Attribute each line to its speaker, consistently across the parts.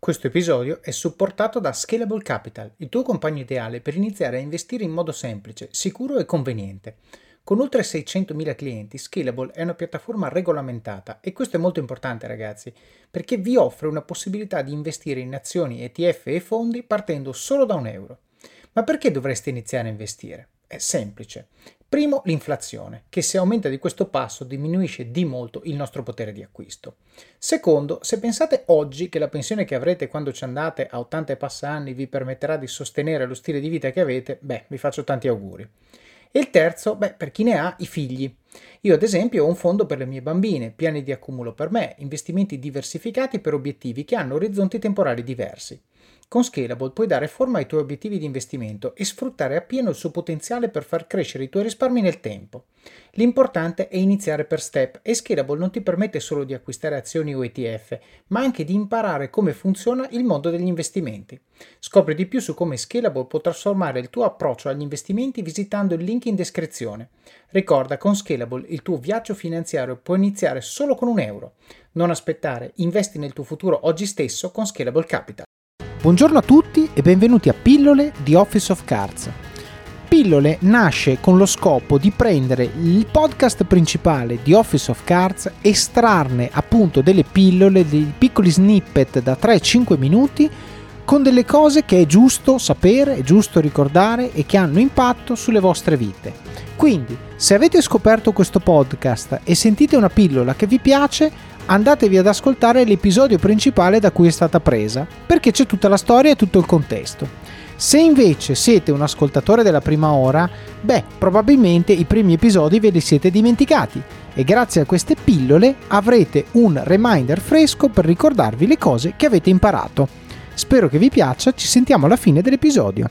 Speaker 1: Questo episodio è supportato da Scalable Capital, il tuo compagno ideale per iniziare a investire in modo semplice, sicuro e conveniente. Con oltre 600.000 clienti, Scalable è una piattaforma regolamentata e questo è molto importante, ragazzi, perché vi offre una possibilità di investire in azioni, ETF e fondi partendo solo da €1. Ma perché dovreste iniziare a investire? È semplice. Primo, l'inflazione, che se aumenta di questo passo diminuisce di molto il nostro potere di acquisto. Secondo, se pensate oggi che la pensione che avrete quando ci andate a 80 e passa anni vi permetterà di sostenere lo stile di vita che avete, vi faccio tanti auguri. E il terzo, per chi ne ha, i figli. Io ad esempio ho un fondo per le mie bambine, piani di accumulo per me, investimenti diversificati per obiettivi che hanno orizzonti temporali diversi. Con Scalable puoi dare forma ai tuoi obiettivi di investimento e sfruttare appieno il suo potenziale per far crescere i tuoi risparmi nel tempo. L'importante è iniziare per step e Scalable non ti permette solo di acquistare azioni o ETF, ma anche di imparare come funziona il mondo degli investimenti. Scopri di più su come Scalable può trasformare il tuo approccio agli investimenti visitando il link in descrizione. Ricorda, con Scalable il tuo viaggio finanziario può iniziare solo con €1. Non aspettare, investi nel tuo futuro oggi stesso con Scalable Capital.
Speaker 2: Buongiorno a tutti e benvenuti a Pillole di Office of Cards. Pillole nasce con lo scopo di prendere il podcast principale di Office of Cards, estrarne appunto delle pillole, dei piccoli snippet da 3-5 minuti con delle cose che è giusto sapere, è giusto ricordare e che hanno impatto sulle vostre vite. Quindi, se avete scoperto questo podcast e sentite una pillola che vi piace, andatevi ad ascoltare l'episodio principale da cui è stata presa, perché c'è tutta la storia e tutto il contesto. Se invece siete un ascoltatore della prima ora, probabilmente i primi episodi ve li siete dimenticati e grazie a queste pillole avrete un reminder fresco per ricordarvi le cose che avete imparato. Spero che vi piaccia, ci sentiamo alla fine dell'episodio.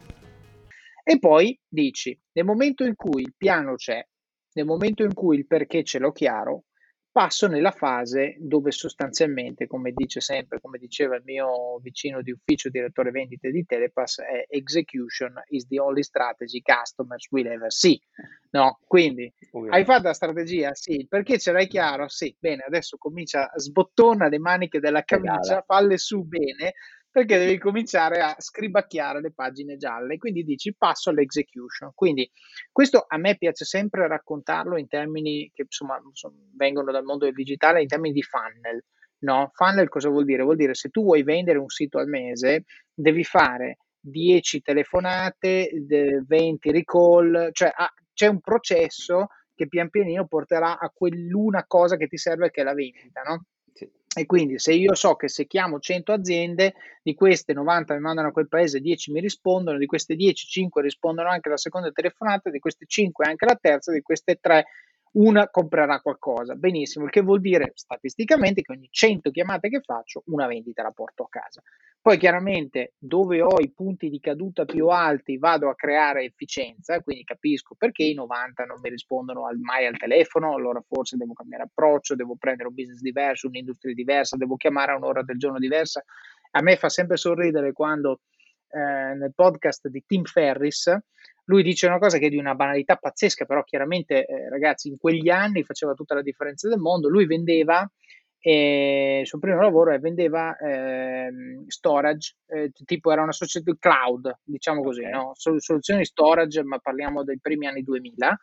Speaker 3: E poi dici, nel momento in cui il piano c'è, nel momento in cui il perché ce l'ho chiaro, passo nella fase dove sostanzialmente, come dice sempre, come diceva il mio vicino di ufficio, direttore vendite di Telepass, è execution is the only strategy customers will ever see. No? Quindi hai fatto la strategia? Sì. Perché ce l'hai chiaro? Sì. Bene, adesso comincia, sbottona le maniche della camicia, falle su bene, perché devi cominciare a scribacchiare le pagine gialle. Quindi dici passo all'execution. Quindi questo a me piace sempre raccontarlo in termini che insomma vengono dal mondo del digitale, in termini di funnel. No? Funnel cosa vuol dire? Vuol dire se tu vuoi vendere un sito al mese, devi fare 10 telefonate, 20 recall, cioè c'è un processo che pian pianino porterà a quell'una cosa che ti serve, che è la vendita, no? Sì. E quindi se io so che se chiamo 100 aziende, di queste 90 mi mandano a quel paese, 10 mi rispondono, di queste 10, 5 rispondono anche alla seconda telefonata, di queste 5 anche alla terza, di queste 3 una comprerà qualcosa. Benissimo, il che vuol dire statisticamente che ogni 100 chiamate che faccio, una vendita la porto a casa. Poi chiaramente dove ho i punti di caduta più alti vado a creare efficienza, quindi capisco perché i 90 non mi rispondono mai al telefono, allora forse devo cambiare approccio, devo prendere un business diverso, un'industria diversa, devo chiamare a un'ora del giorno diversa. A me fa sempre sorridere quando nel podcast di Tim Ferriss lui dice una cosa che è di una banalità pazzesca, però chiaramente ragazzi in quegli anni faceva tutta la differenza del mondo. Lui vendeva il suo primo lavoro vendeva storage, tipo era una società di cloud, diciamo così, no? Soluzioni di storage, ma parliamo dei primi anni 2000.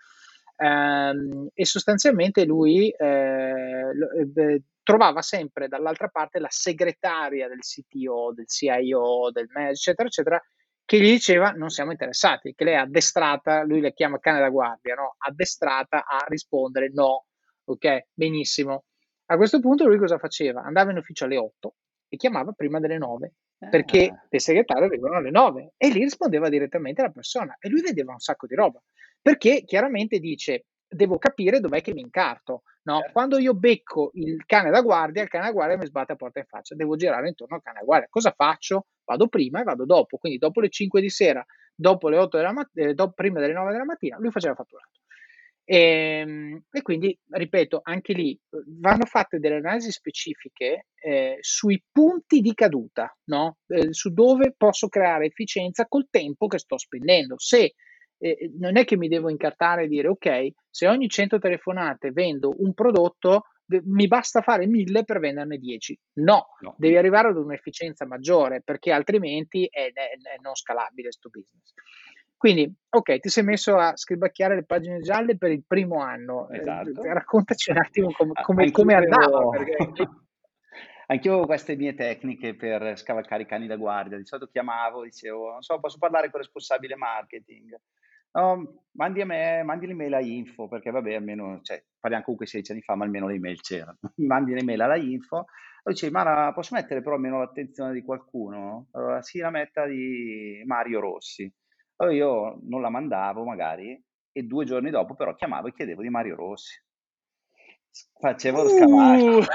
Speaker 3: E sostanzialmente lui trovava sempre dall'altra parte la segretaria del CTO, del CIO, del manager, eccetera, eccetera, che gli diceva non siamo interessati, che lei è addestrata, lui le chiama cane da guardia, no? Addestrata a rispondere no, ok, benissimo. A questo punto lui cosa faceva? Andava in ufficio alle 8 e chiamava prima delle 9, perché le segretarie arrivano alle 9 e lì rispondeva direttamente alla persona e lui vedeva un sacco di roba, perché chiaramente dice devo capire dov'è che mi incarto, no? Quando io becco il cane da guardia, il cane da guardia mi sbatte a porta in faccia, devo girare intorno al cane da guardia. Cosa faccio? Vado prima e vado dopo, quindi dopo le 5 di sera, dopo le 8 della mattina, prima delle 9 della mattina, lui faceva fatturato. E quindi, ripeto, anche lì vanno fatte delle analisi specifiche sui punti di caduta, no? Su dove posso creare efficienza col tempo che sto spendendo. Se non è che mi devo incartare e dire ok, se ogni 100 telefonate vendo un prodotto, mi basta fare 1000 per venderne 10. No, devi arrivare ad un'efficienza maggiore, perché altrimenti è non scalabile sto business. Quindi, ok, ti sei messo a scribacchiare le pagine gialle per il primo anno.
Speaker 4: Esatto.
Speaker 3: Raccontaci un attimo come andava. Perché...
Speaker 4: Anch'io avevo queste mie tecniche per scavalcare i cani da guardia. Di solito chiamavo, dicevo, non so, posso parlare con il responsabile marketing? No, mandi l'email a info, perché vabbè, almeno, cioè, parliamo comunque 16 anni fa, ma almeno le email c'erano. Mandi l'email alla info, e dicevi, ma posso mettere però almeno l'attenzione di qualcuno? Allora, sì, la metta di Mario Rossi. Allora io non la mandavo magari, e 2 giorni dopo però chiamavo e chiedevo di Mario Rossi. Facevo lo scavalco.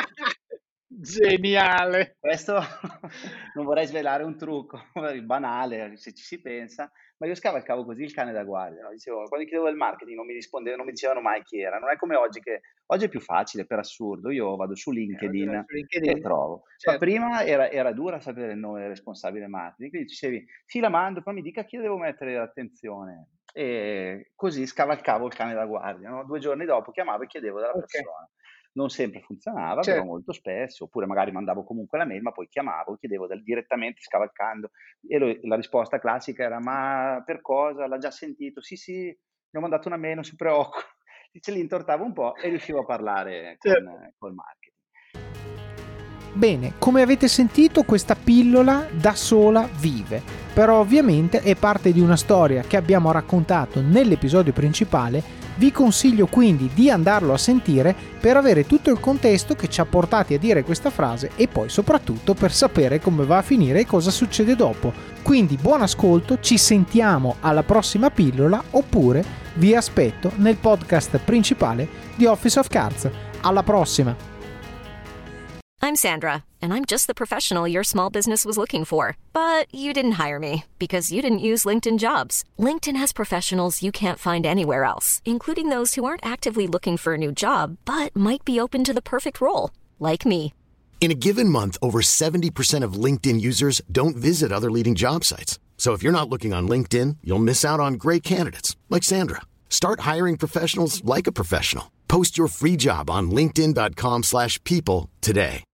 Speaker 3: Geniale.
Speaker 4: Questo non vorrei svelare un trucco banale, se ci si pensa, ma io scavalcavo così il cane da guardia, no? Dicevo, quando chiedevo del marketing non mi rispondevano, non mi dicevano mai chi era. Non è come oggi, che oggi è più facile, per assurdo. Io vado su LinkedIn e trovo. Certo. Ma prima era dura sapere il nome del responsabile marketing, quindi dicevi, sì, la mando, poi mi dica a chi devo mettere l'attenzione. E così scavalcavo il cane da guardia, no? 2 giorni dopo chiamavo e chiedevo della persona. Non sempre funzionava, certo, però molto spesso, oppure magari mandavo comunque la mail, ma poi chiamavo, chiedevo direttamente scavalcando, e la risposta classica era, ma per cosa? L'ha già sentito? Sì, gli ho mandato una mail, non si preoccupi. Ce li intortavo un po' e riuscivo a parlare col marketing.
Speaker 2: Bene, come avete sentito, questa pillola da sola vive, però ovviamente è parte di una storia che abbiamo raccontato nell'episodio principale. Vi consiglio quindi di andarlo a sentire per avere tutto il contesto che ci ha portati a dire questa frase e poi soprattutto per sapere come va a finire e cosa succede dopo. Quindi buon ascolto, ci sentiamo alla prossima pillola oppure vi aspetto nel podcast principale di Office of Cards. Alla prossima!
Speaker 5: I'm Sandra, and I'm just the professional your small business was looking for. But you didn't hire me because you didn't use LinkedIn Jobs. LinkedIn has professionals you can't find anywhere else, including those who aren't actively looking for a new job, but might be open to the perfect role, like me.
Speaker 6: In a given month, over 70% of LinkedIn users don't visit other leading job sites. So if you're not looking on LinkedIn, you'll miss out on great candidates, like Sandra. Start hiring professionals like a professional. Post your free job on linkedin.com/people today.